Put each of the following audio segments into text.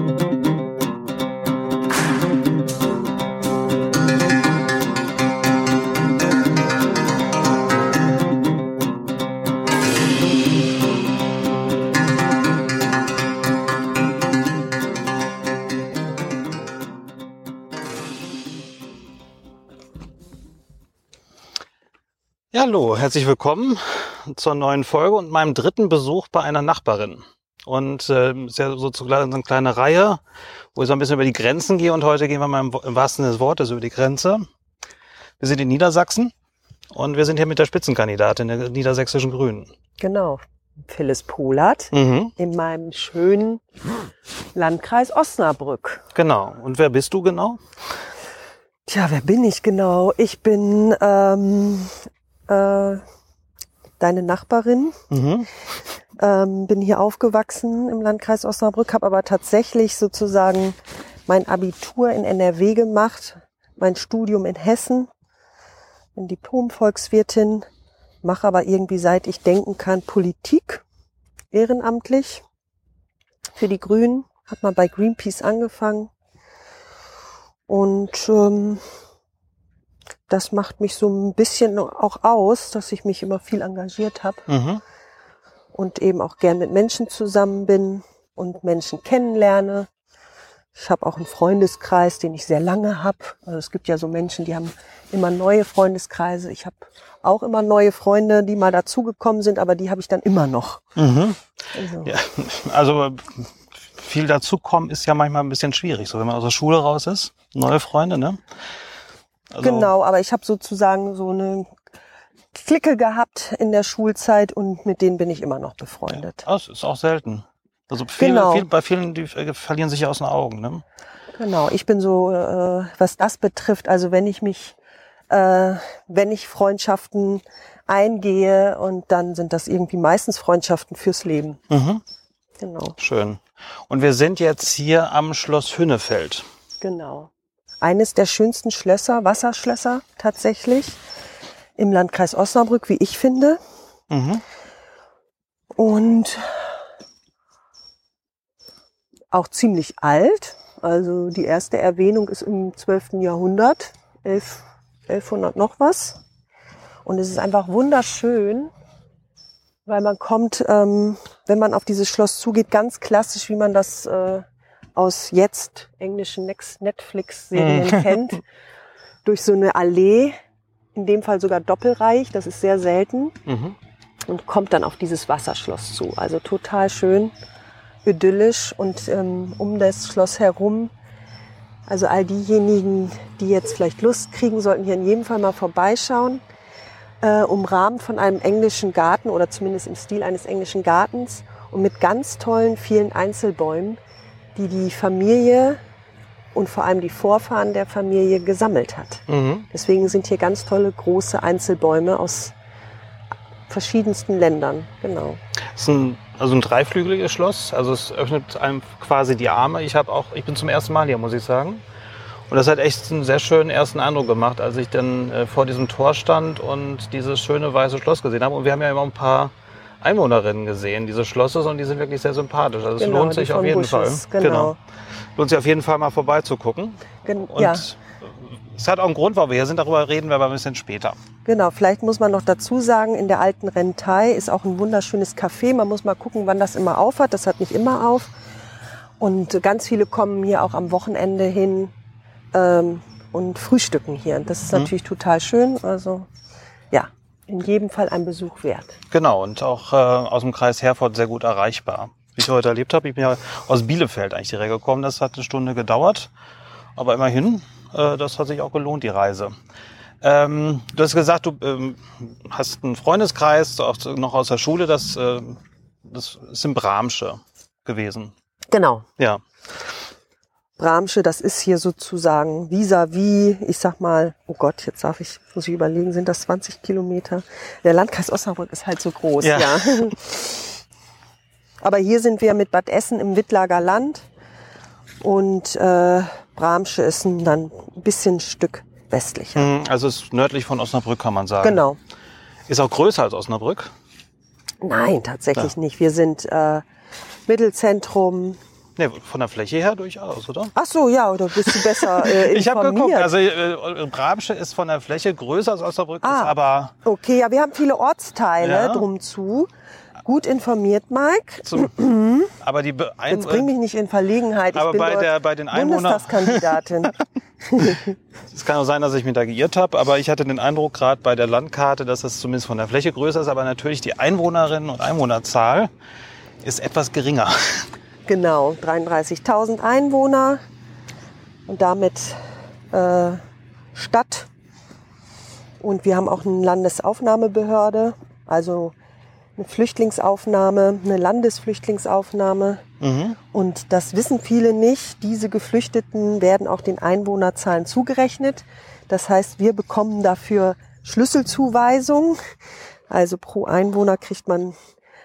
Ja, hallo, herzlich willkommen zur neuen Folge und meinem dritten Besuch bei einer Nachbarin. Und ist ja sozusagen so eine kleine Reihe, wo ich so ein bisschen über die Grenzen gehe. Und heute gehen wir mal im wahrsten Sinne des Wortes über die Grenze. Wir sind in Niedersachsen und wir sind hier mit der Spitzenkandidatin der niedersächsischen Grünen. Genau, Phyllis Pohlert in meinem schönen Landkreis Osnabrück. Genau. Und wer bist du genau? Tja, wer bin ich genau? Ich bin deine Nachbarin. Bin hier aufgewachsen im Landkreis Osnabrück, habe aber tatsächlich sozusagen mein Abitur in NRW gemacht, mein Studium in Hessen, bin Diplom-Volkswirtin, mache aber irgendwie, seit ich denken kann, Politik ehrenamtlich für die Grünen, habe mal bei Greenpeace angefangen und das macht mich so ein bisschen auch aus, dass ich mich immer viel engagiert habe und eben auch gern mit Menschen zusammen bin und Menschen kennenlerne. Ich habe auch einen Freundeskreis, den ich sehr lange habe. Also es gibt ja so Menschen, die haben immer neue Freundeskreise. Ich habe auch immer neue Freunde, die mal dazugekommen sind, aber die habe ich dann immer noch. Ja, also viel dazukommen ist ja manchmal ein bisschen schwierig, so wenn man aus der Schule raus ist. Neue Freunde, ne? Also genau, aber ich habe sozusagen so eine Clique gehabt in der Schulzeit und mit denen bin ich immer noch befreundet. Ja, das ist auch selten. Also bei vielen, die verlieren sich ja aus den Augen, ne? Genau, ich bin so, was das betrifft, also wenn ich Freundschaften eingehe und dann sind das irgendwie meistens Freundschaften fürs Leben. Genau. Schön. Und wir sind jetzt hier am Schloss Hünnefeld. Genau. Eines der schönsten Schlösser, Wasserschlösser tatsächlich im Landkreis Osnabrück, wie ich finde. Und auch ziemlich alt. Also die erste Erwähnung ist im 12. Jahrhundert, 1100 noch was. Und es ist einfach wunderschön, weil man kommt, wenn man auf dieses Schloss zugeht, ganz klassisch, wie man das aus jetzt englischen Netflix-Serien kennt, durch so eine Allee, in dem Fall sogar doppelreich, das ist sehr selten, und kommt dann auf dieses Wasserschloss zu. Also total schön, idyllisch und um das Schloss herum, also all diejenigen, die jetzt vielleicht Lust kriegen, sollten hier in jedem Fall mal vorbeischauen, umrahmt von einem englischen Garten oder zumindest im Stil eines englischen Gartens und mit ganz tollen, vielen Einzelbäumen, die die Familie und vor allem die Vorfahren der Familie gesammelt hat. Deswegen sind hier ganz tolle, große Einzelbäume aus verschiedensten Ländern. Genau. Es ist ein dreiflügeliges Schloss, also es öffnet einem quasi die Arme. Ich bin zum ersten Mal hier, muss ich sagen. Und das hat echt einen sehr schönen ersten Eindruck gemacht, als ich dann vor diesem Tor stand und dieses schöne weiße Schloss gesehen habe. Und wir haben ja immer ein paar Einwohnerinnen gesehen, dieses Schlosses, und die sind wirklich sehr sympathisch. Also es lohnt sich auf jeden Fall. Genau. Lohnt sich auf jeden Fall mal vorbeizugucken. Und es hat auch einen Grund, warum wir hier sind. Darüber reden wir aber ein bisschen später. Genau, vielleicht muss man noch dazu sagen, in der alten Rentei ist auch ein wunderschönes Café. Man muss mal gucken, wann das immer auf hat. Das hat nicht immer auf. Und ganz viele kommen hier auch am Wochenende hin und frühstücken hier. Und das ist natürlich total schön. Also ja, in jedem Fall ein Besuch wert. Genau, und auch aus dem Kreis Herford sehr gut erreichbar. Wie ich heute erlebt habe, ich bin ja aus Bielefeld eigentlich direkt gekommen. Das hat eine Stunde gedauert. Aber immerhin, das hat sich auch gelohnt, die Reise. Du hast gesagt, du hast einen Freundeskreis, auch noch aus der Schule. Das ist in Bramsche gewesen. Genau. Ja. Bramsche, das ist hier sozusagen vis-à-vis, ich sag mal, oh Gott, jetzt muss ich überlegen, sind das 20 Kilometer? Der Landkreis Osnabrück ist halt so groß, ja. Aber hier sind wir mit Bad Essen im Wittlager Land und Bramsche ist dann ein bisschen ein Stück westlicher. Also es ist nördlich von Osnabrück, kann man sagen. Genau. Ist auch größer als Osnabrück? Nein, tatsächlich nicht. Wir sind Mittelzentrum, Ne, von der Fläche her durchaus, oder? Ach so, ja, da bist du besser informiert. Ich habe geguckt, also Bramsche ist von der Fläche größer als Osnabrück, ist aber... Okay, ja, wir haben viele Ortsteile drum zu. Gut informiert, Mike. Aber die Jetzt bring mich nicht in Verlegenheit. Aber ich bin bei den Einwohnern... Bundestagskandidatin. Es kann auch sein, dass ich mich da geirrt habe, aber ich hatte den Eindruck, gerade bei der Landkarte, dass es zumindest von der Fläche größer ist, aber natürlich die Einwohnerinnen und Einwohnerzahl ist etwas geringer. Genau, 33.000 Einwohner und damit Stadt. Und wir haben auch eine Landesaufnahmebehörde, also eine Flüchtlingsaufnahme, eine Landesflüchtlingsaufnahme. Und das wissen viele nicht. Diese Geflüchteten werden auch den Einwohnerzahlen zugerechnet. Das heißt, wir bekommen dafür Schlüsselzuweisung. Also pro Einwohner kriegt man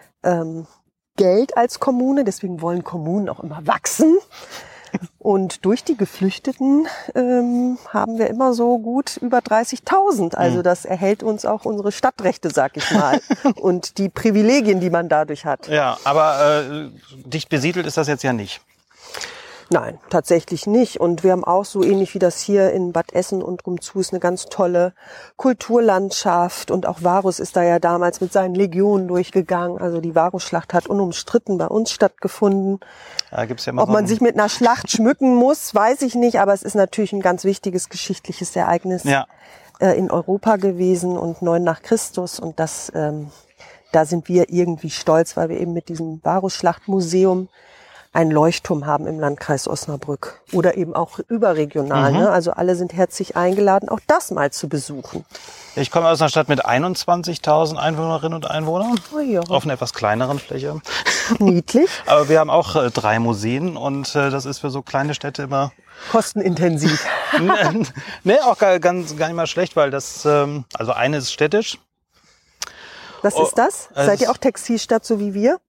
Geld als Kommune. Deswegen wollen Kommunen auch immer wachsen. Und durch die Geflüchteten haben wir immer so gut über 30.000. Also das erhält uns auch unsere Stadtrechte, sag ich mal. Und die Privilegien, die man dadurch hat. Ja, aber dicht besiedelt ist das jetzt ja nicht. Nein, tatsächlich nicht. Und wir haben auch so ähnlich wie das hier in Bad Essen und rumzu ist eine ganz tolle Kulturlandschaft. Und auch Varus ist da ja damals mit seinen Legionen durchgegangen. Also die Varusschlacht hat unumstritten bei uns stattgefunden. Da gibt's ja mal Ob man sich mit einer Schlacht schmücken muss, weiß ich nicht. Aber es ist natürlich ein ganz wichtiges geschichtliches Ereignis in Europa gewesen und 9 nach Christus. Und das, da sind wir irgendwie stolz, weil wir eben mit diesem Varusschlachtmuseum einen Leuchtturm haben im Landkreis Osnabrück oder eben auch überregional. Ne? Also alle sind herzlich eingeladen, auch das mal zu besuchen. Ich komme aus einer Stadt mit 21.000 Einwohnerinnen und Einwohnern, auf einer etwas kleineren Fläche. Niedlich. Aber wir haben auch 3 Museen und das ist für so kleine Städte immer... Kostenintensiv. Nee, auch gar nicht mal schlecht, weil das, also eine ist städtisch. Was ist das? Seid ihr auch Textilstadt, so wie wir?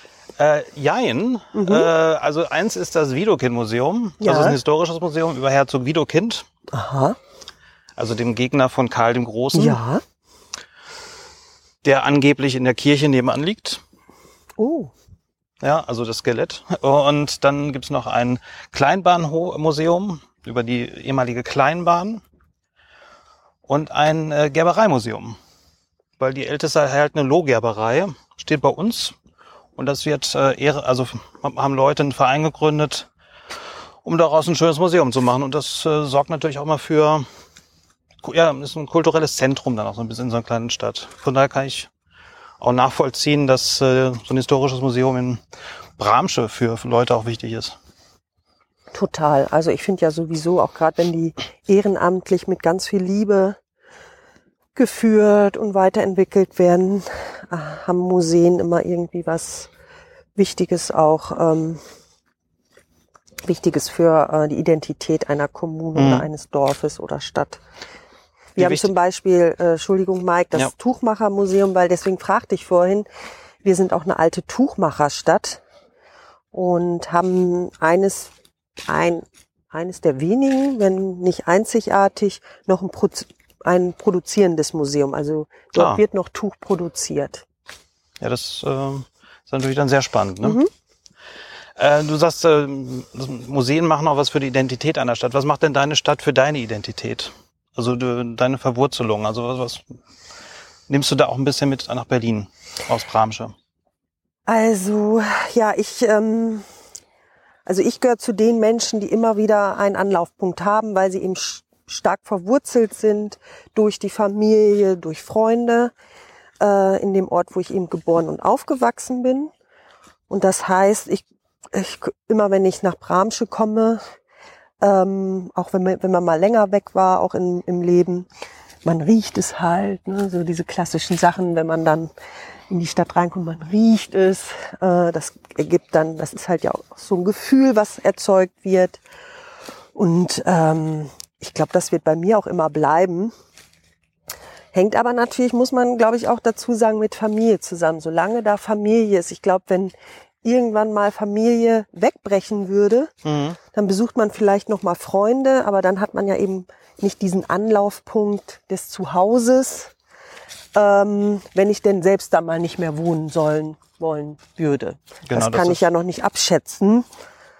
Jein. Also eins ist das Widukind-Museum. Ja. Das ist ein historisches Museum über Herzog Widukind. Aha. Also dem Gegner von Karl dem Großen. Ja. Der angeblich in der Kirche nebenan liegt. Oh. Ja, also das Skelett. Und dann gibt's noch ein Kleinbahnmuseum über die ehemalige Kleinbahn. Und ein Gerbereimuseum. Weil die älteste erhaltene Lohgerberei steht bei uns. Und das wird haben Leute einen Verein gegründet, um daraus ein schönes Museum zu machen. Und das sorgt natürlich auch mal für, ist ein kulturelles Zentrum dann auch so ein bisschen in so einer kleinen Stadt. Von daher kann ich auch nachvollziehen, dass so ein historisches Museum in Bramsche für Leute auch wichtig ist. Total. Also ich finde ja sowieso, auch gerade wenn die ehrenamtlich mit ganz viel Liebe geführt und weiterentwickelt werden, haben Museen immer irgendwie was Wichtiges auch, Wichtiges für die Identität einer Kommune oder eines Dorfes oder Stadt. Wir haben zum Beispiel, Entschuldigung Mike, das Tuchmachermuseum, weil deswegen fragte ich vorhin, wir sind auch eine alte Tuchmacherstadt und haben eines der wenigen, wenn nicht einzigartig, noch ein produzierendes Museum. Also dort wird noch Tuch produziert. Ja, das ist natürlich dann sehr spannend. Ne? Du sagst, Museen machen auch was für die Identität einer Stadt. Was macht denn deine Stadt für deine Identität? Also deine Verwurzelung. Also was nimmst du da auch ein bisschen mit nach Berlin aus Bramsche? Also ja, ich gehöre zu den Menschen, die immer wieder einen Anlaufpunkt haben, weil sie eben stark verwurzelt sind durch die Familie, durch Freunde, in dem Ort, wo ich eben geboren und aufgewachsen bin. Und das heißt, ich immer wenn ich nach Bramsche komme, auch wenn man mal länger weg war, auch im Leben, man riecht es halt, ne? So diese klassischen Sachen, wenn man dann in die Stadt reinkommt, man riecht es, das ergibt dann, das ist halt ja auch so ein Gefühl, was erzeugt wird. Und ich glaube, das wird bei mir auch immer bleiben. Hängt aber natürlich, muss man, glaube ich, auch dazu sagen, mit Familie zusammen. Solange da Familie ist. Ich glaube, wenn irgendwann mal Familie wegbrechen würde, dann besucht man vielleicht noch mal Freunde, aber dann hat man ja eben nicht diesen Anlaufpunkt des Zuhauses, wenn ich denn selbst da mal nicht mehr wohnen wollen würde. Genau, das kann ich ja noch nicht abschätzen.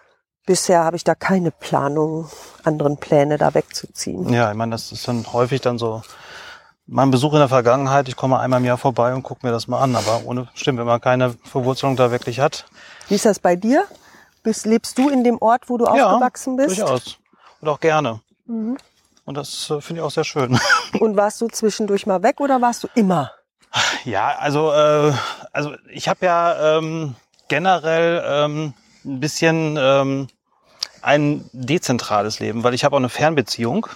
bisher habe ich da keine Planung, anderen Pläne da wegzuziehen. Ja, ich meine, das ist dann häufig dann so mein Besuch in der Vergangenheit. Ich komme einmal im Jahr vorbei und gucke mir das mal an. Aber stimmt, wenn man keine Verwurzelung da wirklich hat. Wie ist das bei dir? Lebst du in dem Ort, wo du aufgewachsen bist? Ja, durchaus. Und auch gerne. Mhm. Und das finde ich auch sehr schön. Und warst du zwischendurch mal weg oder warst du immer? Ja, also ich habe ja generell ein bisschen ein dezentrales Leben, weil ich habe auch eine Fernbeziehung.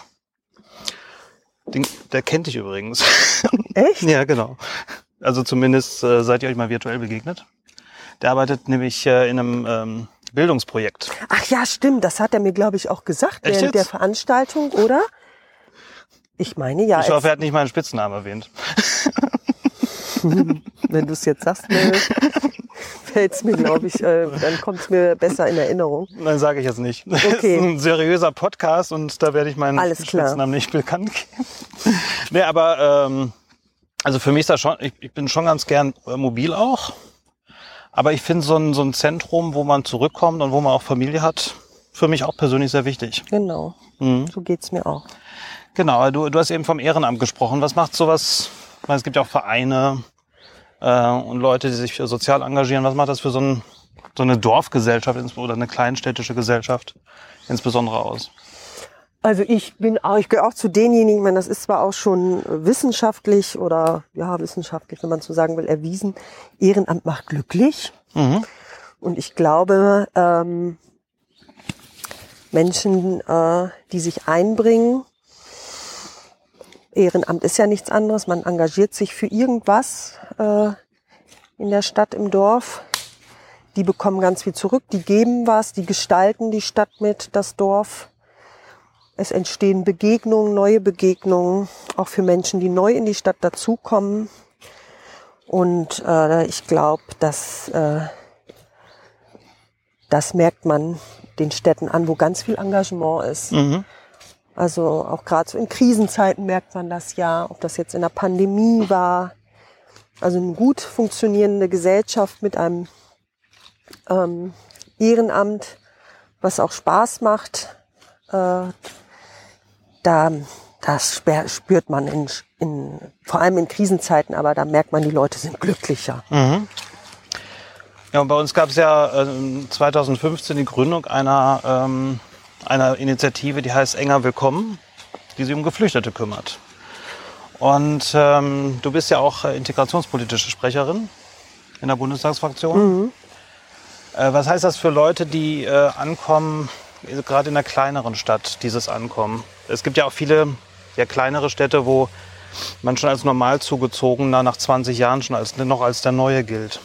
Der kennt dich übrigens. Echt? Ja, genau. Also zumindest seid ihr euch mal virtuell begegnet. Der arbeitet nämlich in einem Bildungsprojekt. Ach ja, stimmt. Das hat er mir, glaube ich, auch gesagt während der Veranstaltung, oder? Ich meine, ja. Ich hoffe, er hat nicht meinen Spitznamen erwähnt. Wenn du es jetzt sagst, fällt es mir, glaube ich, dann kommt es mir besser in Erinnerung. Nein, sage ich jetzt nicht. Okay. Das ist ein seriöser Podcast und da werde ich meinen Spitznamen nicht bekannt geben. Nee, aber also für mich ist das schon, ich bin schon ganz gern mobil auch. Aber ich finde so ein Zentrum, wo man zurückkommt und wo man auch Familie hat, für mich auch persönlich sehr wichtig. Genau, So geht's mir auch. Genau, du hast eben vom Ehrenamt gesprochen. Was macht sowas? Ich meine, es gibt ja auch Vereine und Leute, die sich sozial engagieren. Was macht das für so eine Dorfgesellschaft oder eine kleinstädtische Gesellschaft insbesondere aus? Also ich gehöre auch zu denjenigen, ich meine, das ist zwar auch schon wissenschaftlich oder wissenschaftlich, wenn man so sagen will, erwiesen, Ehrenamt macht glücklich. Mhm. Und ich glaube, Menschen, die sich einbringen, Ehrenamt ist ja nichts anderes, man engagiert sich für irgendwas in der Stadt, im Dorf. Die bekommen ganz viel zurück, die geben was, die gestalten die Stadt mit, das Dorf. Es entstehen Begegnungen, neue Begegnungen, auch für Menschen, die neu in die Stadt dazukommen. Und ich glaube, das merkt man den Städten an, wo ganz viel Engagement ist. Mhm. Also auch gerade so in Krisenzeiten merkt man das ja, ob das jetzt in der Pandemie war. Also eine gut funktionierende Gesellschaft mit einem Ehrenamt, was auch Spaß macht. Das spürt man vor allem in Krisenzeiten, aber da merkt man, die Leute sind glücklicher. Mhm. Ja, und bei uns gab es ja 2015 die Gründung einer Initiative, die heißt Enger Willkommen, die sich um Geflüchtete kümmert. Und du bist ja auch integrationspolitische Sprecherin in der Bundestagsfraktion. Mhm. Was heißt das für Leute, die ankommen, gerade in einer kleineren Stadt, dieses Ankommen? Es gibt ja auch viele kleinere Städte, wo man schon als normal zugezogener nach 20 Jahren schon noch als der Neue gilt.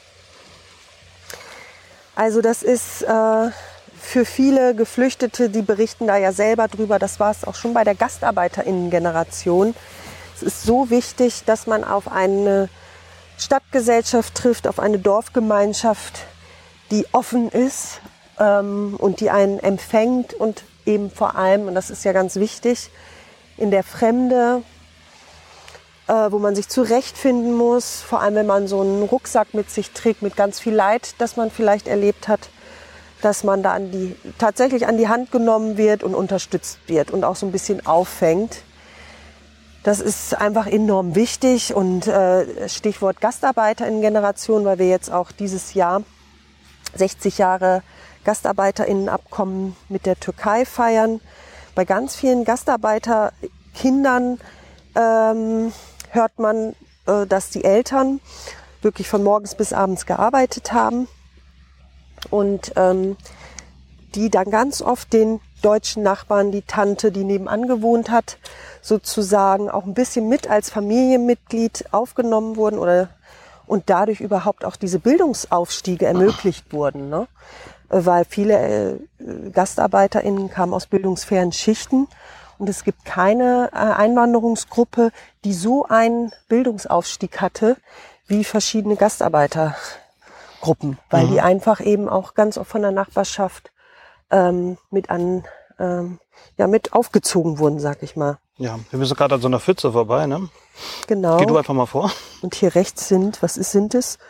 Also das ist für viele Geflüchtete, die berichten da ja selber drüber, das war es auch schon bei der GastarbeiterInnen-Generation. Es ist so wichtig, dass man auf eine Stadtgesellschaft trifft, auf eine Dorfgemeinschaft, die offen ist und die einen empfängt und eben vor allem, und das ist ja ganz wichtig, in der Fremde, wo man sich zurechtfinden muss, vor allem wenn man so einen Rucksack mit sich trägt, mit ganz viel Leid, das man vielleicht erlebt hat, dass man da tatsächlich an die Hand genommen wird und unterstützt wird und auch so ein bisschen auffängt. Das ist einfach enorm wichtig und Stichwort GastarbeiterInnen-Generation, weil wir jetzt auch dieses Jahr 60 Jahre GastarbeiterInnen-Abkommen mit der Türkei feiern. Bei ganz vielen Gastarbeiterkindern hört man, dass die Eltern wirklich von morgens bis abends gearbeitet haben und die dann ganz oft den deutschen Nachbarn, die Tante, die nebenan gewohnt hat, sozusagen auch ein bisschen mit als Familienmitglied aufgenommen wurden und dadurch überhaupt auch diese Bildungsaufstiege ermöglicht wurden, ne? Weil viele GastarbeiterInnen kamen aus bildungsfernen Schichten und es gibt keine Einwanderungsgruppe, die so einen Bildungsaufstieg hatte wie verschiedene Gastarbeitergruppen, weil die einfach eben auch ganz oft von der Nachbarschaft mit aufgezogen wurden, sag ich mal. Ja, wir müssen gerade an so einer Pfütze vorbei, ne? Genau. Geh du einfach mal vor. Und hier rechts sind es?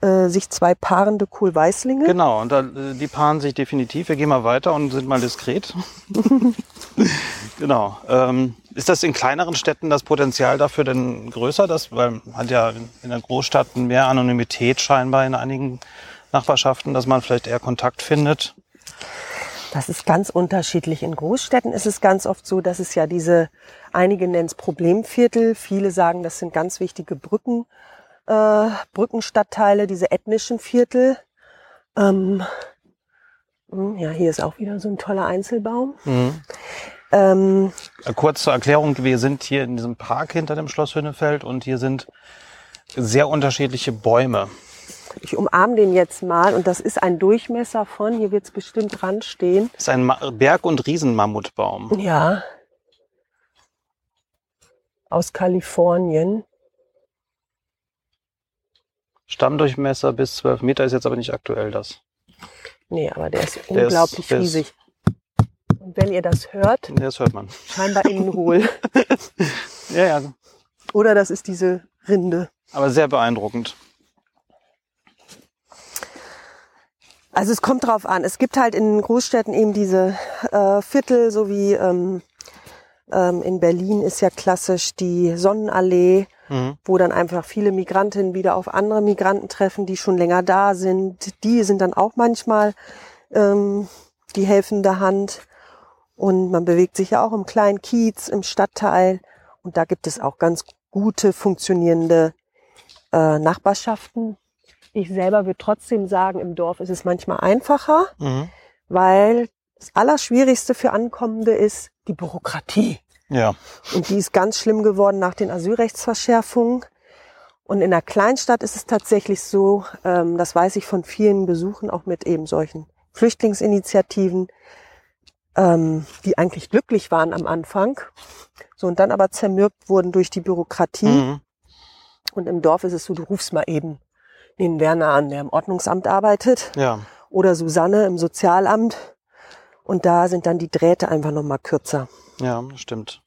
sich zwei paarende Kohlweißlinge. Genau, und die paaren sich definitiv. Wir gehen mal weiter und sind mal diskret. Genau. Ist das in kleineren Städten das Potenzial dafür denn größer? Weil man hat ja in der Großstadt mehr Anonymität scheinbar in einigen Nachbarschaften, dass man vielleicht eher Kontakt findet. Das ist ganz unterschiedlich. In Großstädten ist es ganz oft so, dass es ja einige nennen es Problemviertel, viele sagen, das sind ganz wichtige Brückenstadtteile, diese ethnischen Viertel. Ja, hier ist auch wieder so ein toller Einzelbaum. Mhm. Kurz zur Erklärung, wir sind hier in diesem Park hinter dem Schloss Hönnefeld und hier sind sehr unterschiedliche Bäume. Ich umarme den jetzt mal und das ist ein Durchmesser von, hier wird es bestimmt dran stehen. Das ist ein Berg- und Riesenmammutbaum. Ja. Aus Kalifornien. Stammdurchmesser bis 12 Meter ist jetzt aber nicht aktuell das. Nee, aber der ist unglaublich riesig. Und wenn ihr das hört, das hört man. Scheinbar innen hohl. Ja. Oder das ist diese Rinde. Aber sehr beeindruckend. Also es kommt drauf an. Es gibt halt in Großstädten eben diese Viertel, so wie in Berlin ist ja klassisch die Sonnenallee, wo dann einfach viele Migrantinnen wieder auf andere Migranten treffen, die schon länger da sind. Die sind dann auch manchmal die helfende Hand. Und man bewegt sich ja auch im kleinen Kiez, im Stadtteil. Und da gibt es auch ganz gute, funktionierende Nachbarschaften. Ich selber würde trotzdem sagen, im Dorf ist es manchmal einfacher, weil das Allerschwierigste für Ankommende ist die Bürokratie. Ja. Und die ist ganz schlimm geworden nach den Asylrechtsverschärfungen. Und in einer Kleinstadt ist es tatsächlich so, das weiß ich von vielen Besuchen, auch mit eben solchen Flüchtlingsinitiativen, die eigentlich glücklich waren am Anfang, so und dann aber zermürbt wurden durch die Bürokratie. Und im Dorf ist es so, du rufst mal eben den Werner an, der im Ordnungsamt arbeitet, oder Susanne im Sozialamt. Und da sind dann die Drähte einfach noch mal kürzer. Ja, stimmt.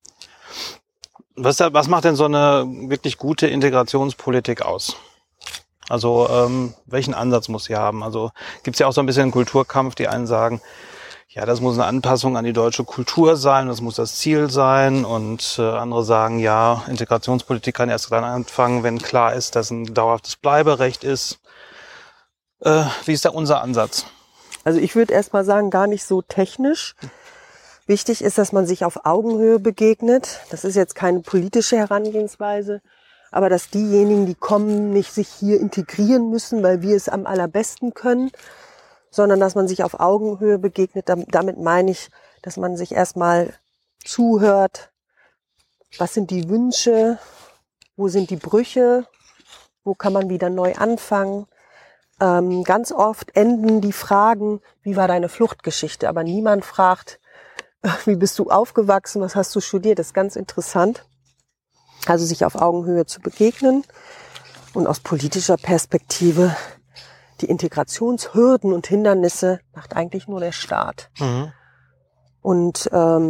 Was macht denn so eine wirklich gute Integrationspolitik aus? Also welchen Ansatz muss sie haben? Also gibt es ja auch so ein bisschen einen Kulturkampf, die einen sagen, ja, das muss eine Anpassung an die deutsche Kultur sein, das muss das Ziel sein. Und andere sagen, ja, Integrationspolitik kann erst dann anfangen, wenn klar ist, dass ein dauerhaftes Bleiberecht ist. Wie ist da unser Ansatz? Also ich würde erst mal sagen, gar nicht so technisch. Wichtig ist, dass man sich auf Augenhöhe begegnet. Das ist jetzt keine politische Herangehensweise, aber dass diejenigen, die kommen, nicht sich hier integrieren müssen, weil wir es am allerbesten können, sondern dass man sich auf Augenhöhe begegnet. Damit meine ich, dass man sich erstmal zuhört. Was sind die Wünsche? Wo sind die Brüche? Wo kann man wieder neu anfangen? Ganz oft enden die Fragen, wie war deine Fluchtgeschichte? Aber niemand fragt, wie bist du aufgewachsen? Was hast du studiert? Das ist ganz interessant. Also sich auf Augenhöhe zu begegnen und aus politischer Perspektive die Integrationshürden und Hindernisse macht eigentlich nur der Staat. Und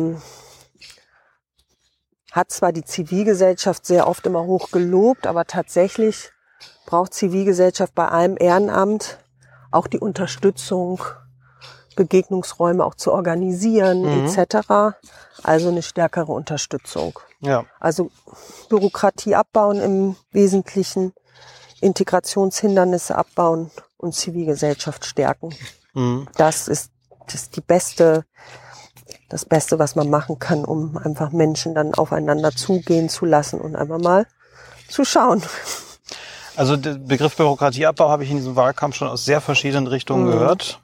hat zwar die Zivilgesellschaft sehr oft immer hoch gelobt, aber tatsächlich braucht Zivilgesellschaft bei allem Ehrenamt auch die Unterstützung, Begegnungsräume auch zu organisieren etc. Also eine stärkere Unterstützung. Ja. Also Bürokratie abbauen im Wesentlichen, Integrationshindernisse abbauen und Zivilgesellschaft stärken. Das ist das Beste, was man machen kann, um einfach Menschen dann aufeinander zugehen zu lassen und einfach mal zu schauen. Also der Begriff Bürokratieabbau habe ich in diesem Wahlkampf schon aus sehr verschiedenen Richtungen gehört.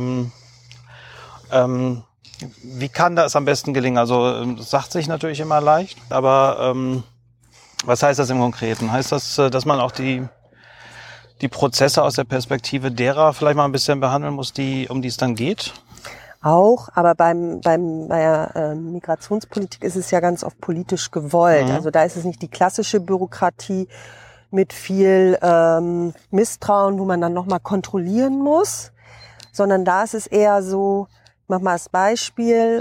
Wie kann das am besten gelingen? Also das sagt sich natürlich immer leicht, aber was heißt das im Konkreten? Heißt das, dass man auch die Prozesse aus der Perspektive derer vielleicht mal ein bisschen behandeln muss, um die es dann geht? Auch, aber bei der Migrationspolitik ist es ja ganz oft politisch gewollt. Also da ist es nicht die klassische Bürokratie mit viel Misstrauen, wo man dann nochmal kontrollieren muss, sondern da ist es eher so, ich mach mal als Beispiel,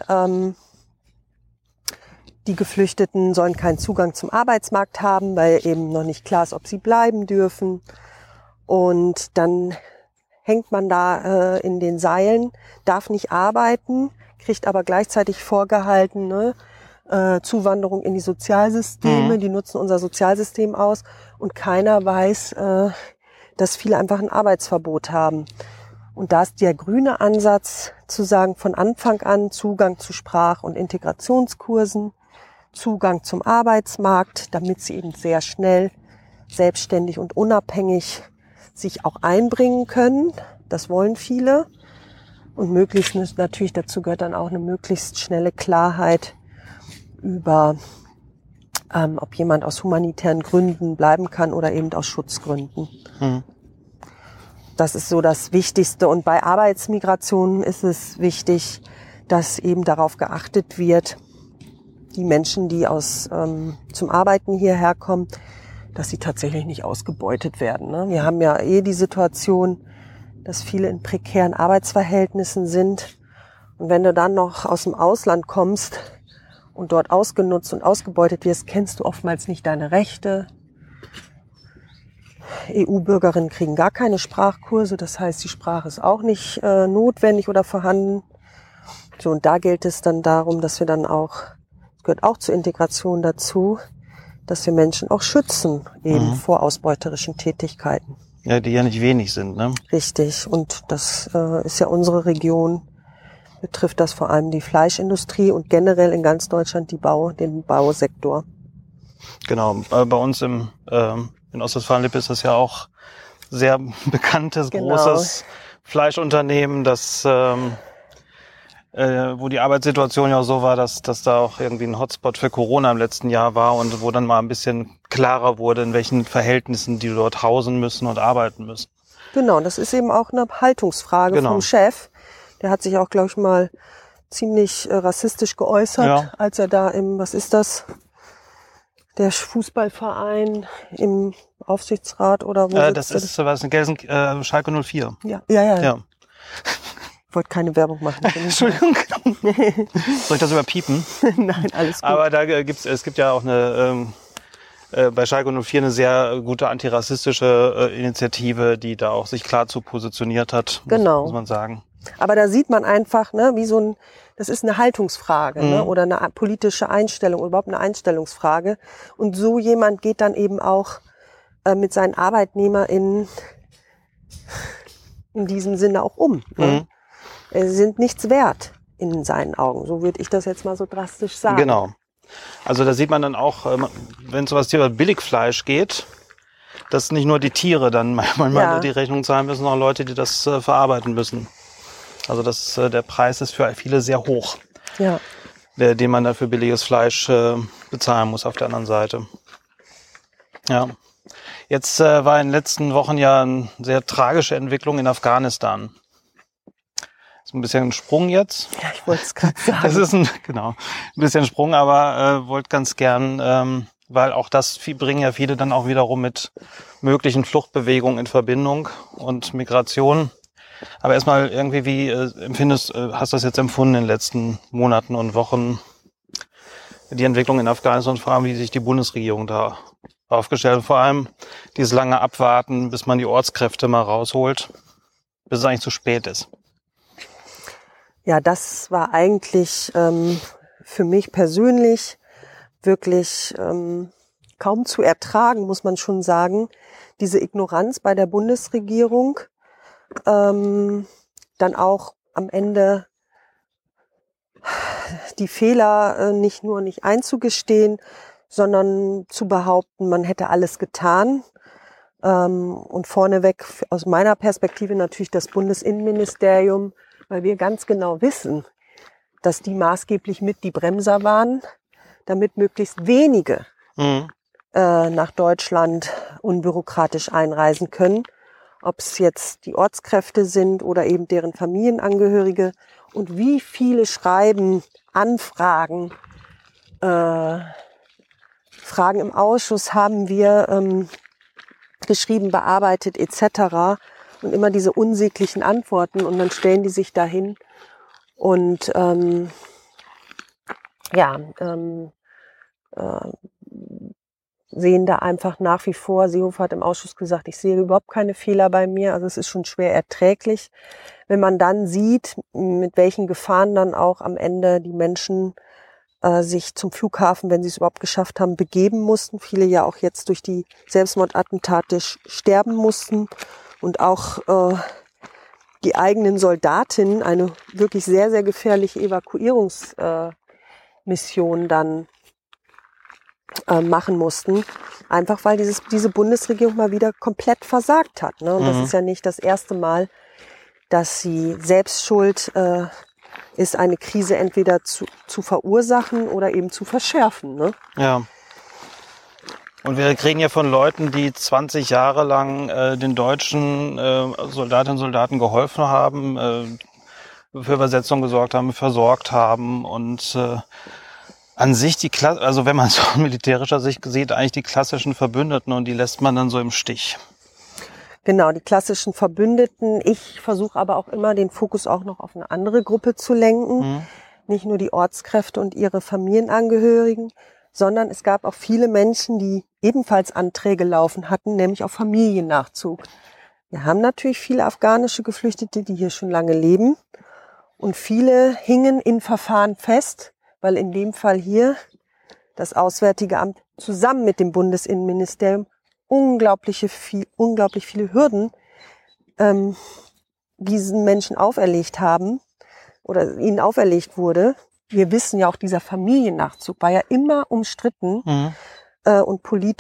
die Geflüchteten sollen keinen Zugang zum Arbeitsmarkt haben, weil eben noch nicht klar ist, ob sie bleiben dürfen. Und dann hängt man da in den Seilen, darf nicht arbeiten, kriegt aber gleichzeitig vorgehalten, ne, Zuwanderung in die Sozialsysteme, die nutzen unser Sozialsystem aus und keiner weiß, dass viele einfach ein Arbeitsverbot haben. Und da ist der grüne Ansatz zu sagen, von Anfang an Zugang zu Sprach- und Integrationskursen, Zugang zum Arbeitsmarkt, damit sie eben sehr schnell, selbstständig und unabhängig sich auch einbringen können. Das wollen viele. Und möglichst natürlich dazu gehört dann auch eine möglichst schnelle Klarheit über, ob jemand aus humanitären Gründen bleiben kann oder eben aus Schutzgründen. Das ist so das Wichtigste. Und bei Arbeitsmigration ist es wichtig, dass eben darauf geachtet wird, die Menschen, die zum Arbeiten hierher kommen, dass sie tatsächlich nicht ausgebeutet werden. Ne? Wir haben ja die Situation, dass viele in prekären Arbeitsverhältnissen sind. Und wenn du dann noch aus dem Ausland kommst und dort ausgenutzt und ausgebeutet wirst, kennst du oftmals nicht deine Rechte. EU-Bürgerinnen kriegen gar keine Sprachkurse, das heißt, die Sprache ist auch nicht notwendig oder vorhanden. So, und da gilt es dann darum, dass wir dann auch, gehört auch zur Integration dazu, dass wir Menschen auch schützen, eben vor ausbeuterischen Tätigkeiten. Ja, die ja nicht wenig sind, ne? Richtig. Und das ist ja unsere Region, betrifft das vor allem die Fleischindustrie und generell in ganz Deutschland den Bausektor. Genau. Bei uns in Ostwestfalen-Lippe ist das ja auch sehr bekanntes, großes Fleischunternehmen, das wo die Arbeitssituation ja auch so war, dass da auch irgendwie ein Hotspot für Corona im letzten Jahr war und wo dann mal ein bisschen klarer wurde, in welchen Verhältnissen die dort hausen müssen und arbeiten müssen. Genau, das ist eben auch eine Haltungsfrage vom Chef. Der hat sich auch, glaube ich, mal ziemlich rassistisch geäußert, als er da was ist das? Der Fußballverein im Aufsichtsrat oder wo? Das ist was in Schalke 04. Ja. Ich wollte keine Werbung machen. Entschuldigung. Soll ich das überpiepen? Nein, alles gut. Aber es gibt ja auch bei Schalke 04 eine sehr gute antirassistische Initiative, die da auch sich klar zu positioniert hat, muss man sagen. Aber da sieht man einfach, ne, das ist eine Haltungsfrage, ne, oder eine politische Einstellung, überhaupt eine Einstellungsfrage. Und so jemand geht dann eben auch mit seinen ArbeitnehmerInnen in diesem Sinne auch um. Ne? Sie sind nichts wert in seinen Augen. So würde ich das jetzt mal so drastisch sagen. Genau. Also da sieht man dann auch, wenn es um das Thema Billigfleisch geht, dass nicht nur die Tiere dann manchmal die Rechnung zahlen müssen, sondern auch Leute, die das verarbeiten müssen. Also der Preis ist für viele sehr hoch, den man dann für billiges Fleisch bezahlen muss auf der anderen Seite. Ja. Jetzt war in den letzten Wochen ja eine sehr tragische Entwicklung in Afghanistan. Ist ein bisschen ein Sprung jetzt. Ja, ich wollte es gerade sagen. Das ist ein bisschen Sprung, aber wollte ganz gern, weil auch das bringen ja viele dann auch wiederum mit möglichen Fluchtbewegungen in Verbindung und Migration. Aber erstmal irgendwie, wie hast du das jetzt empfunden in den letzten Monaten und Wochen, die Entwicklung in Afghanistan und vor allem, wie sich die Bundesregierung da aufgestellt hat, vor allem dieses lange Abwarten, bis man die Ortskräfte mal rausholt, bis es eigentlich zu spät ist. Ja, das war eigentlich für mich persönlich wirklich kaum zu ertragen, muss man schon sagen. Diese Ignoranz bei der Bundesregierung, dann auch am Ende die Fehler nicht nur nicht einzugestehen, sondern zu behaupten, man hätte alles getan. Und vorneweg aus meiner Perspektive natürlich das Bundesinnenministerium, weil wir ganz genau wissen, dass die maßgeblich mit die Bremser waren, damit möglichst wenige nach Deutschland unbürokratisch einreisen können. Ob es jetzt die Ortskräfte sind oder eben deren Familienangehörige. Und wie viele Schreiben, Anfragen, Fragen im Ausschuss haben wir geschrieben, bearbeitet etc. Und immer diese unsäglichen Antworten und dann stellen die sich dahin und sehen da einfach nach wie vor, Seehofer hat im Ausschuss gesagt, ich sehe überhaupt keine Fehler bei mir, also es ist schon schwer erträglich. Wenn man dann sieht, mit welchen Gefahren dann auch am Ende die Menschen sich zum Flughafen, wenn sie es überhaupt geschafft haben, begeben mussten, viele ja auch jetzt durch die Selbstmordattentate sterben mussten und auch die eigenen Soldatinnen eine wirklich sehr, sehr gefährliche Evakuierungsmission dann machen mussten, einfach weil diese Bundesregierung mal wieder komplett versagt hat. Ne? Und das ist ja nicht das erste Mal, dass sie selbst schuld ist, eine Krise entweder zu verursachen oder eben zu verschärfen. Ne? Ja. Und wir reden ja von Leuten, die 20 Jahre lang den deutschen Soldatinnen und Soldaten geholfen haben, für Übersetzung gesorgt haben, versorgt haben und an sich also wenn man es aus militärischer Sicht sieht, eigentlich die klassischen Verbündeten und die lässt man dann so im Stich. Genau, die klassischen Verbündeten. Ich versuche aber auch immer, den Fokus auch noch auf eine andere Gruppe zu lenken. Nicht nur die Ortskräfte und ihre Familienangehörigen, sondern es gab auch viele Menschen, die ebenfalls Anträge laufen hatten, nämlich auf Familiennachzug. Wir haben natürlich viele afghanische Geflüchtete, die hier schon lange leben. Und viele hingen in Verfahren fest, weil in dem Fall hier das Auswärtige Amt zusammen mit dem Bundesinnenministerium unglaublich viele Hürden diesen Menschen auferlegt haben oder ihnen auferlegt wurde. Wir wissen ja auch, dieser Familiennachzug war ja immer umstritten und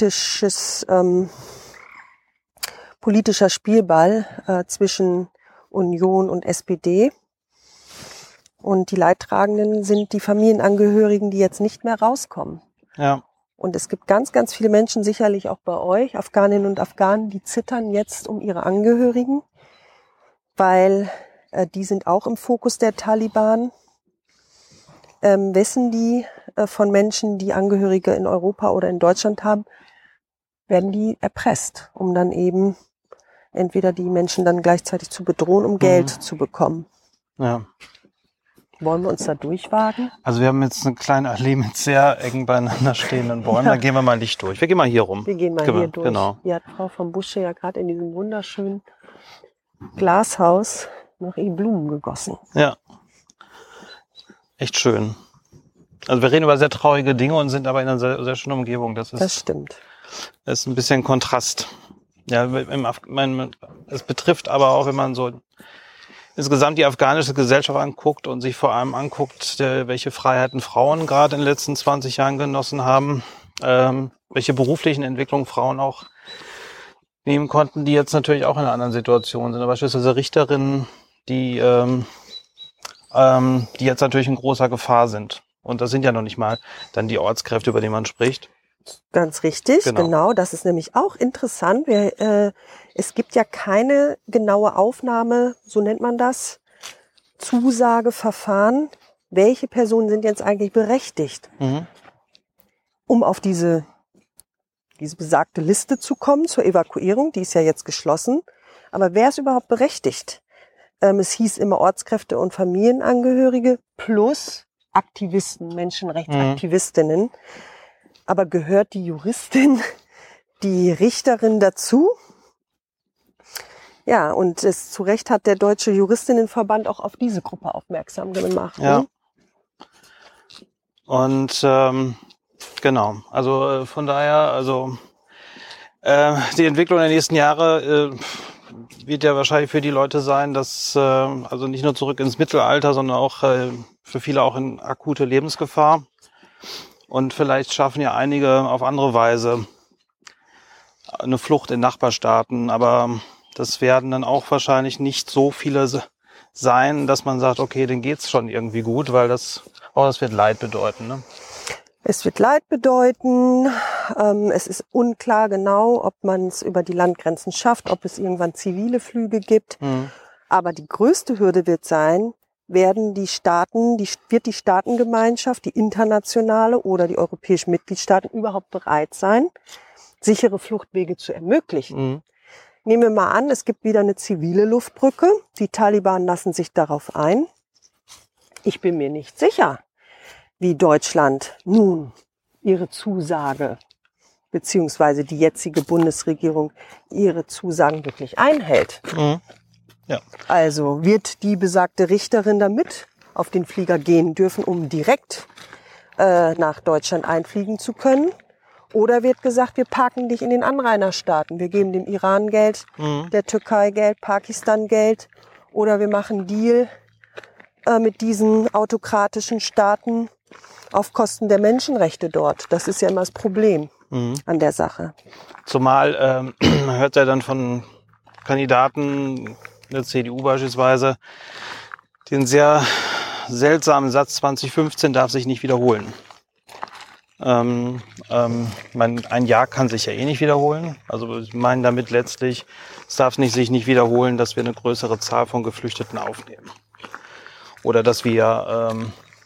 politischer Spielball zwischen Union und SPD. Und die Leidtragenden sind die Familienangehörigen, die jetzt nicht mehr rauskommen. Ja. Und es gibt ganz, ganz viele Menschen, sicherlich auch bei euch, Afghaninnen und Afghanen, die zittern jetzt um ihre Angehörigen, weil die sind auch im Fokus der Taliban. Wissen die von Menschen, die Angehörige in Europa oder in Deutschland haben, werden die erpresst, um dann eben entweder die Menschen dann gleichzeitig zu bedrohen, um Geld zu bekommen. Ja. Wollen wir uns da durchwagen? Also wir haben jetzt eine kleine Allee mit sehr eng beieinander stehenden Bäumen. Da gehen wir mal nicht durch. Wir gehen mal hier rum. Wir gehen mal hier durch. Genau. Hier hat Frau vom Busche ja gerade in diesem wunderschönen Glashaus noch ihre Blumen gegossen. Ja. Echt schön. Also wir reden über sehr traurige Dinge und sind aber in einer sehr, sehr schönen Umgebung. Das stimmt. Das ist ein bisschen Kontrast. Ja, es betrifft aber auch, wenn man so insgesamt die afghanische Gesellschaft anguckt und sich vor allem anguckt, welche Freiheiten Frauen gerade in den letzten 20 Jahren genossen haben, welche beruflichen Entwicklungen Frauen auch nehmen konnten, die jetzt natürlich auch in einer anderen Situation sind. Beispielsweise Richterinnen, die jetzt natürlich in großer Gefahr sind. Und das sind ja noch nicht mal dann die Ortskräfte, über die man spricht. Ganz richtig, genau. Das ist nämlich auch interessant. Es gibt ja keine genaue Aufnahme, so nennt man das, Zusageverfahren. Welche Personen sind jetzt eigentlich berechtigt, um auf diese besagte Liste zu kommen zur Evakuierung? Die ist ja jetzt geschlossen. Aber wer ist überhaupt berechtigt? Es hieß immer Ortskräfte und Familienangehörige plus Aktivisten, Menschenrechtsaktivistinnen. Aber gehört die Juristin, die Richterin dazu? Ja, und zu Recht hat der Deutsche Juristinnenverband auch auf diese Gruppe aufmerksam gemacht. Ja. Und genau, also von daher, also die Entwicklung der nächsten Jahre wird ja wahrscheinlich für die Leute sein, dass also nicht nur zurück ins Mittelalter, sondern auch für viele auch in akute Lebensgefahr. Und vielleicht schaffen ja einige auf andere Weise eine Flucht in Nachbarstaaten. Aber das werden dann auch wahrscheinlich nicht so viele sein, dass man sagt, okay, denen geht's schon irgendwie gut, weil das wird Leid bedeuten. Ne? Es wird Leid bedeuten. Es ist unklar genau, ob man es über die Landgrenzen schafft, ob es irgendwann zivile Flüge gibt. Aber die größte Hürde wird sein, wird die Staatengemeinschaft, die internationale oder die europäischen Mitgliedstaaten überhaupt bereit sein, sichere Fluchtwege zu ermöglichen. Nehmen wir mal an, es gibt wieder eine zivile Luftbrücke. Die Taliban lassen sich darauf ein. Ich bin mir nicht sicher, wie Deutschland nun ihre Zusage beziehungsweise die jetzige Bundesregierung ihre Zusagen wirklich einhält. Mhm. Ja. Also wird die besagte Richterin da mit auf den Flieger gehen dürfen, um direkt nach Deutschland einfliegen zu können? Oder wird gesagt, wir parken dich in den Anrainerstaaten. Wir geben dem Iran Geld, der Türkei Geld, Pakistan Geld. Oder wir machen einen Deal mit diesen autokratischen Staaten auf Kosten der Menschenrechte dort. Das ist ja immer das Problem an der Sache. Zumal man hört ja dann von Kandidaten der CDU beispielsweise den sehr seltsamen Satz, 2015 darf sich nicht wiederholen. Ein Jahr kann sich ja eh nicht wiederholen. Also ich meine damit letztlich, es darf sich nicht wiederholen, dass wir eine größere Zahl von Geflüchteten aufnehmen. Oder dass wir,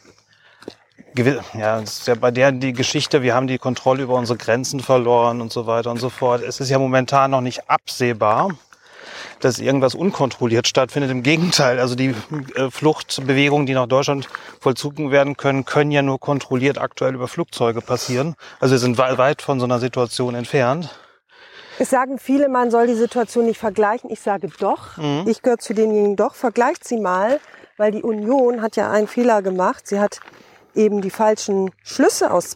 das ist ja bei der die Geschichte, wir haben die Kontrolle über unsere Grenzen verloren und so weiter und so fort. Es ist ja momentan noch nicht absehbar, dass irgendwas unkontrolliert stattfindet. Im Gegenteil, also die Fluchtbewegungen, die nach Deutschland vollzogen werden können, können ja nur kontrolliert aktuell über Flugzeuge passieren. Also wir sind weit von so einer Situation entfernt. Es sagen viele, man soll die Situation nicht vergleichen. Ich sage doch, ich gehöre zu denjenigen, doch, vergleicht sie mal, weil die Union hat ja einen Fehler gemacht. Sie hat eben die falschen Schlüsse aus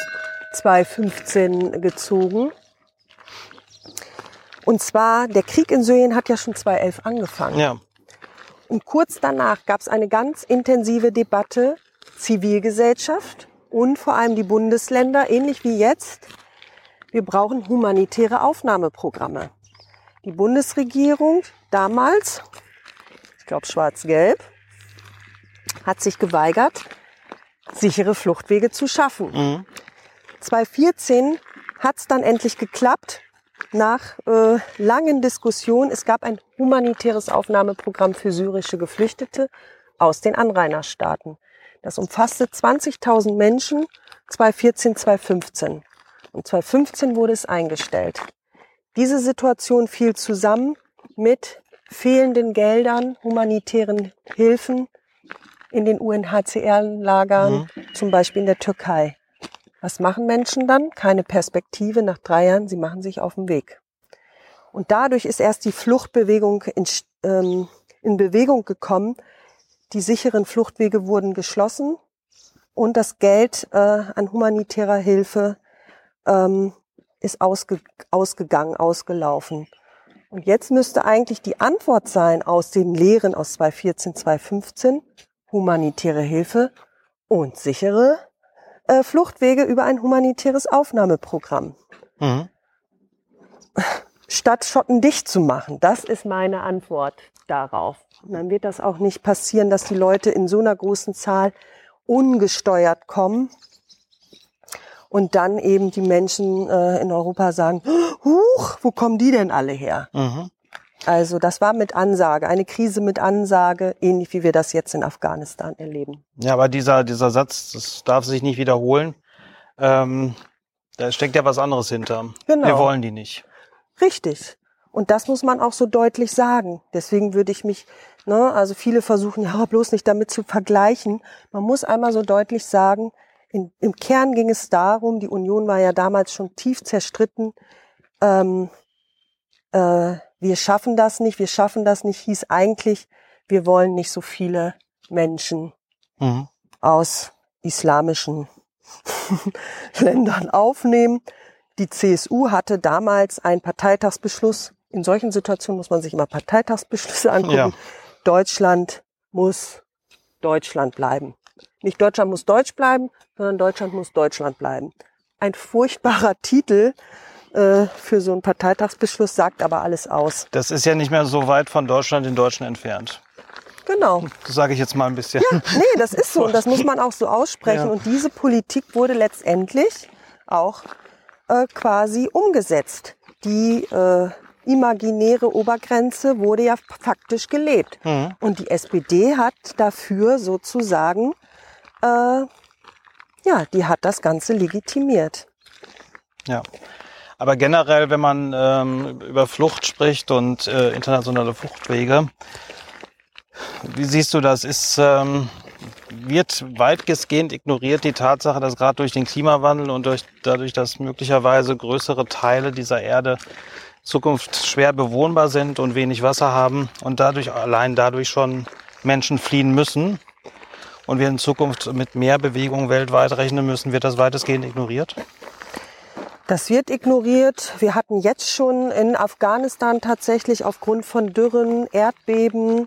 2015 gezogen. Und zwar, der Krieg in Syrien hat ja schon 2011 angefangen. Ja. Und kurz danach gab es eine ganz intensive Debatte, Zivilgesellschaft und vor allem die Bundesländer, ähnlich wie jetzt. Wir brauchen humanitäre Aufnahmeprogramme. Die Bundesregierung damals, ich glaube schwarz-gelb, hat sich geweigert, sichere Fluchtwege zu schaffen. 2014 hat es dann endlich geklappt. Nach langen Diskussionen, es gab ein humanitäres Aufnahmeprogramm für syrische Geflüchtete aus den Anrainerstaaten. Das umfasste 20.000 Menschen, 2014, 2015. Und 2015 wurde es eingestellt. Diese Situation fiel zusammen mit fehlenden Geldern, humanitären Hilfen in den UNHCR-Lagern, zum Beispiel in der Türkei. Was machen Menschen dann? Keine Perspektive nach 3 Jahren, sie machen sich auf den Weg. Und dadurch ist erst die Fluchtbewegung in Bewegung gekommen. Die sicheren Fluchtwege wurden geschlossen und das Geld an humanitärer Hilfe ist ausgelaufen. Und jetzt müsste eigentlich die Antwort sein aus den Lehren aus 2014, 2015, humanitäre Hilfe und sichere Fluchtwege über ein humanitäres Aufnahmeprogramm. Statt Schotten dicht zu machen. Das ist meine Antwort darauf. Und dann wird das auch nicht passieren, dass die Leute in so einer großen Zahl ungesteuert kommen und dann eben die Menschen in Europa sagen, huch, wo kommen die denn alle her? Also das war mit Ansage, eine Krise mit Ansage, ähnlich wie wir das jetzt in Afghanistan erleben. Ja, aber dieser Satz, das darf sich nicht wiederholen, da steckt ja was anderes hinter. Genau. Wir wollen die nicht. Richtig. Und das muss man auch so deutlich sagen. Deswegen würde ich mich, also viele versuchen, ja, bloß nicht damit zu vergleichen. Man muss einmal so deutlich sagen, im Kern ging es darum, die Union war ja damals schon tief zerstritten, wir schaffen das nicht, hieß eigentlich, wir wollen nicht so viele Menschen aus islamischen Ländern aufnehmen. Die CSU hatte damals einen Parteitagsbeschluss. In solchen Situationen muss man sich immer Parteitagsbeschlüsse angucken. Ja. Deutschland muss Deutschland bleiben. Nicht Deutschland muss Deutsch bleiben, sondern Deutschland muss Deutschland bleiben. Ein furchtbarer Titel für so einen Parteitagsbeschluss, sagt aber alles aus. Das ist ja nicht mehr so weit von Deutschland den Deutschen entfernt. Genau. Das sage ich jetzt mal ein bisschen. Ja, nee, das ist so und das muss man auch so aussprechen. Ja. Und diese Politik wurde letztendlich auch quasi umgesetzt. Die imaginäre Obergrenze wurde ja faktisch gelebt. Und die SPD hat dafür sozusagen, die hat das Ganze legitimiert. Ja. Aber generell, wenn man über Flucht spricht und internationale Fluchtwege, wie siehst du das? wird weitgehend ignoriert die Tatsache, dass gerade durch den Klimawandel und dadurch, dass möglicherweise größere Teile dieser Erde in Zukunft schwer bewohnbar sind und wenig Wasser haben und allein dadurch schon Menschen fliehen müssen und wir in Zukunft mit mehr Bewegung weltweit rechnen müssen, wird das weitestgehend ignoriert? Das wird ignoriert. Wir hatten jetzt schon in Afghanistan tatsächlich aufgrund von Dürren, Erdbeben,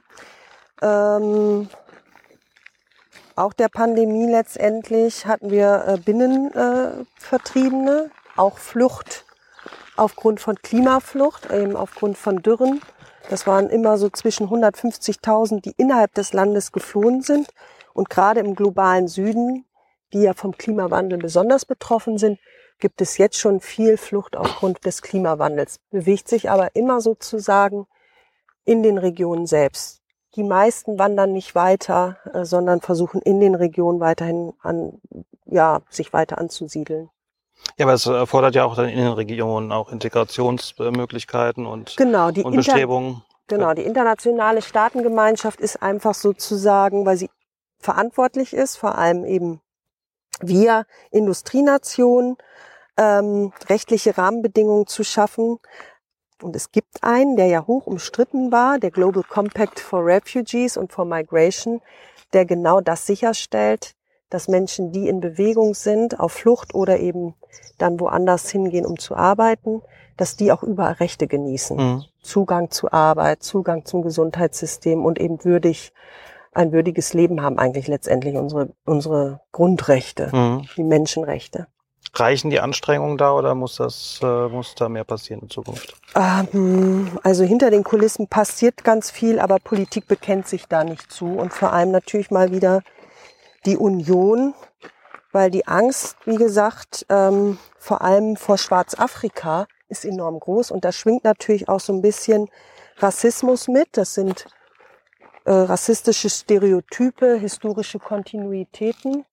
auch der Pandemie letztendlich, hatten wir Binnenvertriebene, auch Flucht aufgrund von Klimaflucht, eben aufgrund von Dürren. Das waren immer so zwischen 150.000, die innerhalb des Landes geflohen sind. Und gerade im globalen Süden, die ja vom Klimawandel besonders betroffen sind, gibt es jetzt schon viel Flucht aufgrund des Klimawandels. Bewegt sich aber immer sozusagen in den Regionen selbst. Die meisten wandern nicht weiter, sondern versuchen in den Regionen weiterhin sich weiter anzusiedeln. Ja, aber es erfordert ja auch dann in den Regionen auch Integrationsmöglichkeiten und und Bestrebungen. Genau, die internationale Staatengemeinschaft ist einfach sozusagen, weil sie verantwortlich ist, vor allem eben wir Industrienationen, rechtliche Rahmenbedingungen zu schaffen. Und es gibt einen, der ja hoch umstritten war, der Global Compact for Refugees and for Migration, der genau das sicherstellt, dass Menschen, die in Bewegung sind, auf Flucht oder eben dann woanders hingehen, um zu arbeiten, dass die auch überall Rechte genießen. Mhm. Zugang zu Arbeit, Zugang zum Gesundheitssystem und eben ein würdiges Leben haben eigentlich letztendlich unsere Grundrechte, die Menschenrechte. Reichen die Anstrengungen da oder muss da mehr passieren in Zukunft? Also hinter den Kulissen passiert ganz viel, aber Politik bekennt sich da nicht zu. Und vor allem natürlich mal wieder die Union, weil die Angst, wie gesagt, vor allem vor Schwarzafrika ist enorm groß. Und da schwingt natürlich auch so ein bisschen Rassismus mit. Das sind rassistische Stereotype, historische Kontinuitäten.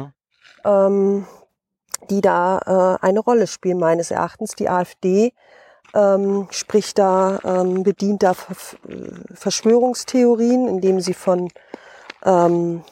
Die da eine Rolle spielen, meines Erachtens. Die AfD bedient da Verschwörungstheorien, indem sie von dem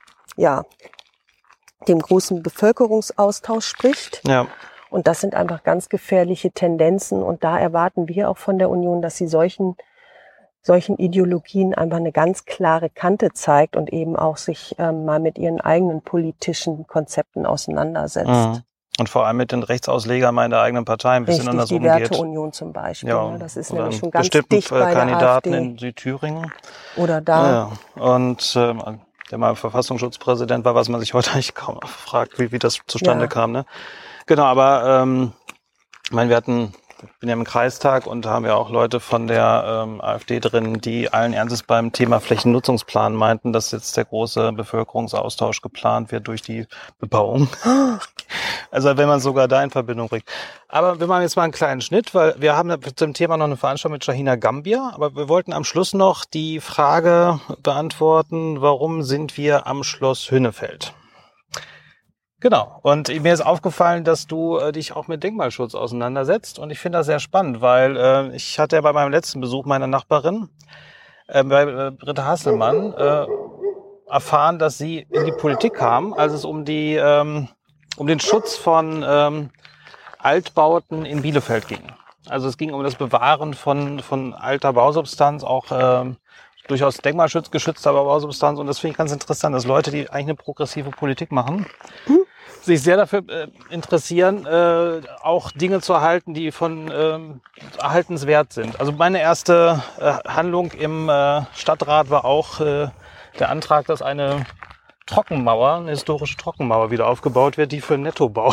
großen Bevölkerungsaustausch spricht. Ja. Und das sind einfach ganz gefährliche Tendenzen. Und da erwarten wir auch von der Union, dass sie solchen Ideologien einfach eine ganz klare Kante zeigt und eben auch sich mal mit ihren eigenen politischen Konzepten auseinandersetzt. Und vor allem mit den Rechtsauslegern meiner eigenen Partei ein bisschen anders umgeht. Die Werteunion zum Beispiel. Ja, das ist nämlich schon ganz dicht bei Kandidaten der AfD. In Südthüringen. Oder da. Ja. Und der mal Verfassungsschutzpräsident war, was man sich heute eigentlich kaum fragt, wie das zustande kam. Ne? Genau, aber ich bin ja im Kreistag und haben ja auch Leute von der AfD drin, die allen Ernstes beim Thema Flächennutzungsplan meinten, dass jetzt der große Bevölkerungsaustausch geplant wird durch die Bebauung. Also wenn man sogar da in Verbindung bringt. Aber wir machen jetzt mal einen kleinen Schnitt, weil wir haben zum Thema noch eine Veranstaltung mit Shahina Gambia, aber wir wollten am Schluss noch die Frage beantworten, warum sind wir am Schloss Hünnefeld? Genau. Und mir ist aufgefallen, dass du dich auch mit Denkmalschutz auseinandersetzt. Und ich finde das sehr spannend, weil ich hatte ja bei meinem letzten Besuch meiner Nachbarin, bei Britta Hasselmann, erfahren, dass sie in die Politik kam, als es um den Schutz von Altbauten in Bielefeld ging. Also es ging um das Bewahren von alter Bausubstanz, auch durchaus denkmalschutzgeschützter Bausubstanz. Und das finde ich ganz interessant, dass Leute, die eigentlich eine progressive Politik machen, sich sehr dafür interessieren, auch Dinge zu erhalten, die von erhaltenswert sind. Also meine erste Handlung im Stadtrat war auch der Antrag, dass eine historische Trockenmauer wieder aufgebaut wird, die für Nettobau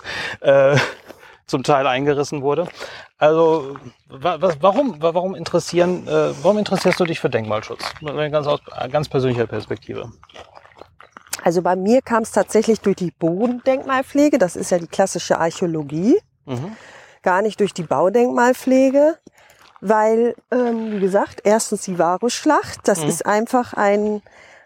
zum Teil eingerissen wurde. Also warum interessierst du dich für Denkmalschutz? Aus ganz persönlicher Perspektive. Also bei mir kam es tatsächlich durch die Bodendenkmalpflege, das ist ja die klassische Archäologie, gar nicht durch die Baudenkmalpflege, weil, wie gesagt, erstens die Varusschlacht, das ist einfach ein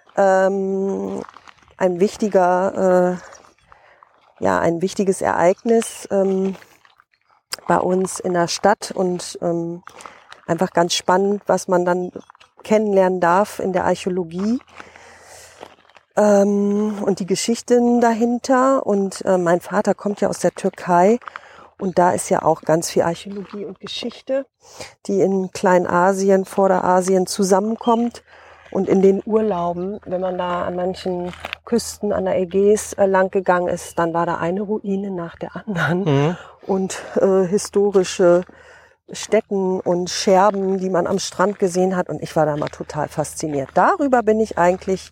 wichtiges Ereignis bei uns in der Stadt und einfach ganz spannend, was man dann kennenlernen darf in der Archäologie. und die Geschichten dahinter. Und mein Vater kommt ja aus der Türkei und da ist ja auch ganz viel Archäologie und Geschichte, die in Kleinasien, Vorderasien zusammenkommt. Und in den Urlauben, wenn man da an manchen Küsten an der Ägäis lang gegangen ist, dann war da eine Ruine nach der anderen. Mhm. Und historische Stätten und Scherben, die man am Strand gesehen hat. Und ich war da mal total fasziniert. Darüber bin ich eigentlich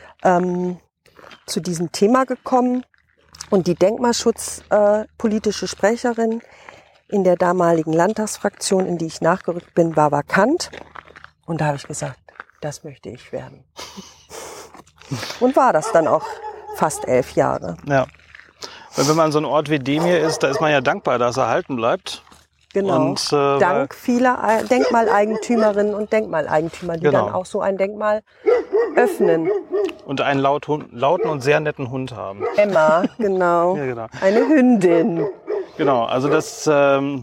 zu diesem Thema gekommen. Und die denkmalschutzpolitische Sprecherin in der damaligen Landtagsfraktion, in die ich nachgerückt bin, war vakant. Und da habe ich gesagt, das möchte ich werden. Und war das dann auch fast 11 Jahre. Ja. Weil wenn man so ein Ort wie dem hier ist, da ist man ja dankbar, dass er erhalten bleibt. Genau. Und, dank vieler Denkmaleigentümerinnen und Denkmaleigentümer, die Genau. dann auch so ein Denkmal öffnen. Und einen lauten und sehr netten Hund haben. Emma, genau. Ja, genau. Eine Hündin. Genau, also das, also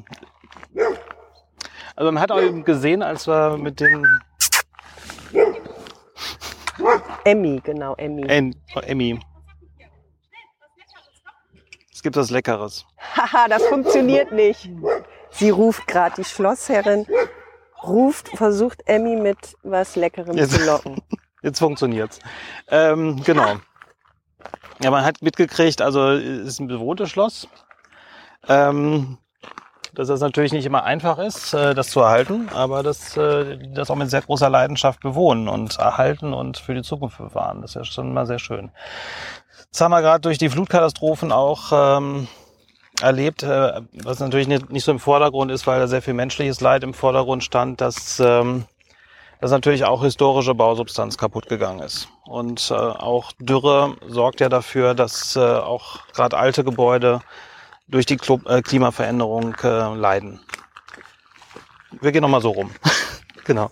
man hat auch eben gesehen, als wir mit den Emmy, genau, Emmy. Emmy. Es gibt was Leckeres. Haha, das funktioniert nicht. Sie ruft gerade, die Schlossherrin versucht Emmy mit was Leckerem zu locken. Jetzt funktioniert's. Genau. Ja, man hat mitgekriegt, also es ist ein bewohntes Schloss. Dass das natürlich nicht immer einfach ist, das zu erhalten, aber das auch mit sehr großer Leidenschaft bewohnen und erhalten und für die Zukunft bewahren. Das ist ja schon mal sehr schön. Jetzt haben wir gerade durch die Flutkatastrophen auch erlebt, was natürlich nicht so im Vordergrund ist, weil da sehr viel menschliches Leid im Vordergrund stand, dass natürlich auch historische Bausubstanz kaputt gegangen ist. Und auch Dürre sorgt ja dafür, dass auch gerade alte Gebäude durch die Klimaveränderung leiden. Wir gehen nochmal so rum. Genau.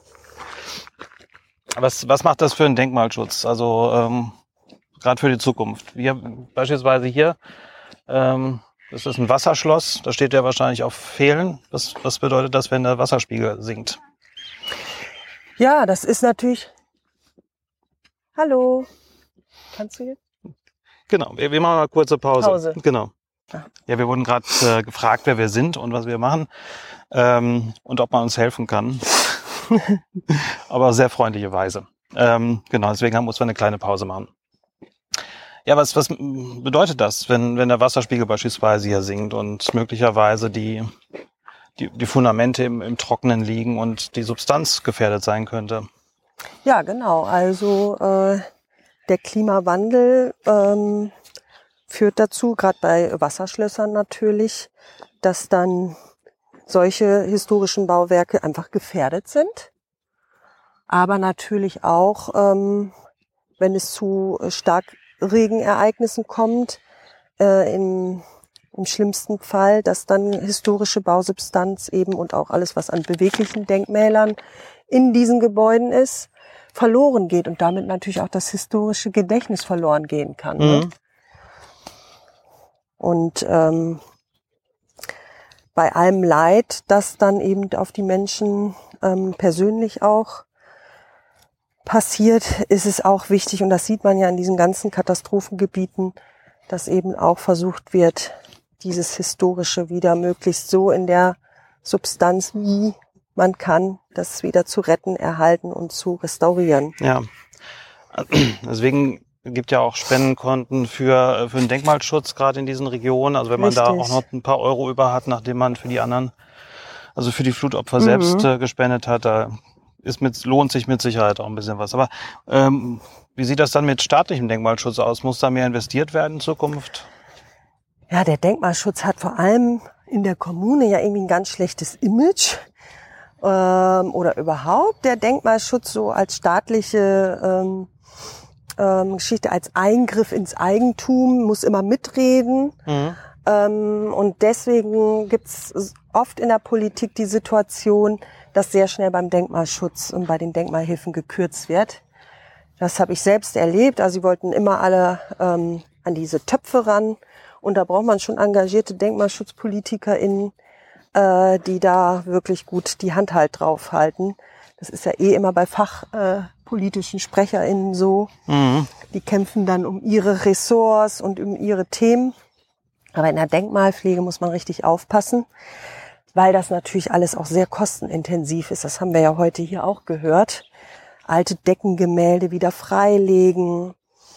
Was macht das für einen Denkmalschutz? Also gerade für die Zukunft. Wir beispielsweise hier, das ist ein Wasserschloss, da steht ja wahrscheinlich auf Fehlen. Was bedeutet das, wenn der Wasserspiegel sinkt? Ja, das ist natürlich... Hallo, kannst du jetzt? Genau, wir machen mal kurze Pause. Genau. Ja. Ja, wir wurden gerade gefragt, wer wir sind und was wir machen und ob man uns helfen kann. Aber sehr freundliche Weise. Genau, deswegen mussten wir eine kleine Pause machen. Ja, was bedeutet das, wenn der Wasserspiegel beispielsweise hier sinkt und möglicherweise die Fundamente im Trockenen liegen und die Substanz gefährdet sein könnte? Ja, genau. Also der Klimawandel führt dazu, gerade bei Wasserschlössern natürlich, dass dann solche historischen Bauwerke einfach gefährdet sind. Aber natürlich auch, wenn es zu Starkregenereignissen kommt, im schlimmsten Fall, dass dann historische Bausubstanz eben und auch alles, was an beweglichen Denkmälern in diesen Gebäuden ist, verloren geht und damit natürlich auch das historische Gedächtnis verloren gehen kann. Mhm. Ne? Und bei allem Leid, das dann eben auf die Menschen persönlich auch passiert, ist es auch wichtig, und das sieht man ja in diesen ganzen Katastrophengebieten, dass eben auch versucht wird, dieses Historische wieder möglichst so in der Substanz, wie man kann, das wieder zu retten, erhalten und zu restaurieren. Ja, deswegen gibt ja auch Spendenkonten für den Denkmalschutz gerade in diesen Regionen. Also wenn man da auch noch ein paar Euro über hat, nachdem man für die anderen, also für die Flutopfer selbst gespendet hat, da lohnt sich mit Sicherheit auch ein bisschen was. Aber wie sieht das dann mit staatlichem Denkmalschutz aus? Muss da mehr investiert werden in Zukunft? Ja, der Denkmalschutz hat vor allem in der Kommune ja irgendwie ein ganz schlechtes Image. Oder überhaupt der Denkmalschutz so als staatliche Geschichte, als Eingriff ins Eigentum, muss immer mitreden. Und deswegen gibt's oft in der Politik die Situation, dass sehr schnell beim Denkmalschutz und bei den Denkmalhilfen gekürzt wird. Das habe ich selbst erlebt. Also sie wollten immer alle an diese Töpfe ran. Und da braucht man schon engagierte DenkmalschutzpolitikerInnen, die da wirklich gut die Hand halt drauf halten. Das ist ja immer bei politischen SprecherInnen so. Die kämpfen dann um ihre Ressorts und um ihre Themen. Aber in der Denkmalpflege muss man richtig aufpassen, weil das natürlich alles auch sehr kostenintensiv ist. Das haben wir ja heute hier auch gehört. Alte Deckengemälde wieder freilegen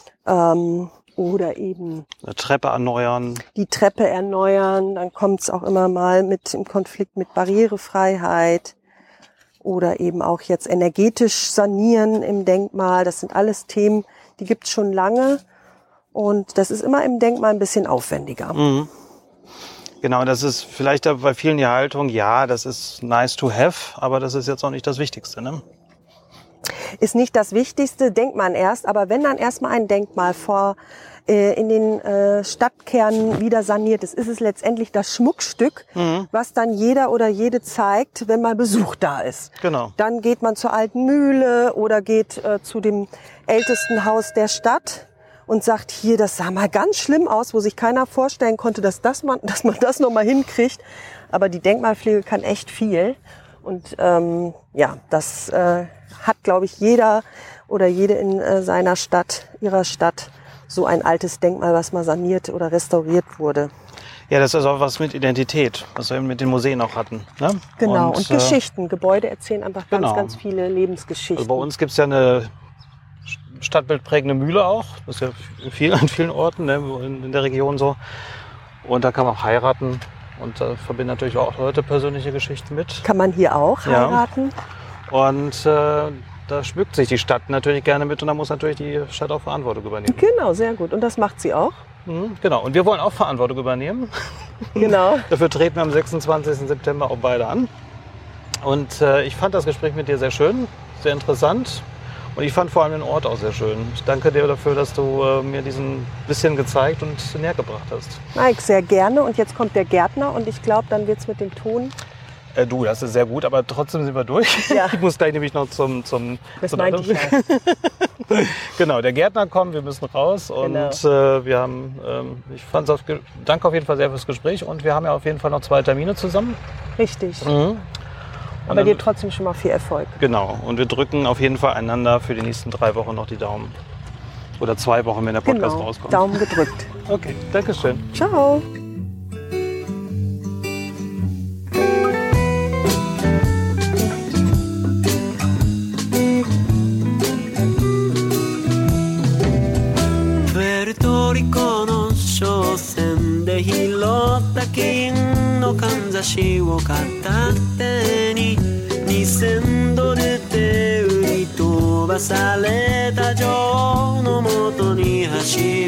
oder eben eine Treppe erneuern. Die Treppe erneuern. Dann kommt es auch immer mal im Konflikt mit Barrierefreiheit oder eben auch jetzt energetisch sanieren im Denkmal. Das sind alles Themen, die gibt es schon lange. Und das ist immer im Denkmal ein bisschen aufwendiger. Genau, das ist vielleicht bei vielen die Haltung, ja, das ist nice to have, aber das ist jetzt auch nicht das Wichtigste, ne? Ist nicht das Wichtigste, denkt man erst. Aber wenn dann erstmal ein Denkmal in den Stadtkernen wieder saniert ist, ist es letztendlich das Schmuckstück, was dann jeder oder jede zeigt, wenn mal Besuch da ist. Genau. Dann geht man zur alten Mühle oder geht zu dem ältesten Haus der Stadt und sagt, hier, das sah mal ganz schlimm aus, wo sich keiner vorstellen konnte, dass man das noch mal hinkriegt. Aber die Denkmalpflege kann echt viel. Und das hat, glaube ich, jeder oder jede in ihrer Stadt, so ein altes Denkmal, was mal saniert oder restauriert wurde. Ja, das ist auch was mit Identität, was wir mit den Museen auch hatten. Ne? Genau, und Geschichten. Gebäude erzählen einfach ganz viele Lebensgeschichten. Also bei uns gibt es ja eine stadtbildprägende Mühle auch. Das ist ja an vielen Orten, ne, in der Region so. Und da kann man auch heiraten. Und da verbinden natürlich auch Leute persönliche Geschichten mit. Kann man hier auch heiraten? Ja. Und da schmückt sich die Stadt natürlich gerne mit und da muss natürlich die Stadt auch Verantwortung übernehmen. Genau, sehr gut. Und das macht sie auch? Genau. Und wir wollen auch Verantwortung übernehmen. Genau. Dafür treten wir am 26. September auch beide an. Und ich fand das Gespräch mit dir sehr schön, sehr interessant. Und ich fand vor allem den Ort auch sehr schön. Ich danke dir dafür, dass du mir diesen bisschen gezeigt und näher gebracht hast. Mike, sehr gerne. Und jetzt kommt der Gärtner und ich glaube, dann wird's mit dem Ton. Du, das ist sehr gut, aber trotzdem sind wir durch. Ja. Ich muss gleich nämlich noch zum das meinte ich ja. Genau, der Gärtner kommt, wir müssen raus. Genau. Und wir haben, danke auf jeden Fall sehr fürs Gespräch. Und wir haben ja auf jeden Fall noch 2 Termine zusammen. Richtig. Aber dir trotzdem schon mal viel Erfolg. Genau. Und wir drücken auf jeden Fall einander für die nächsten 3 Wochen noch die Daumen. Oder 2 Wochen, wenn der Podcast rauskommt. Daumen gedrückt. Okay, danke schön. Ciao. Puerto Ricoの商船で拾った金のかんざしを片手に2000ドルで売り飛ばされた女王のもとに走る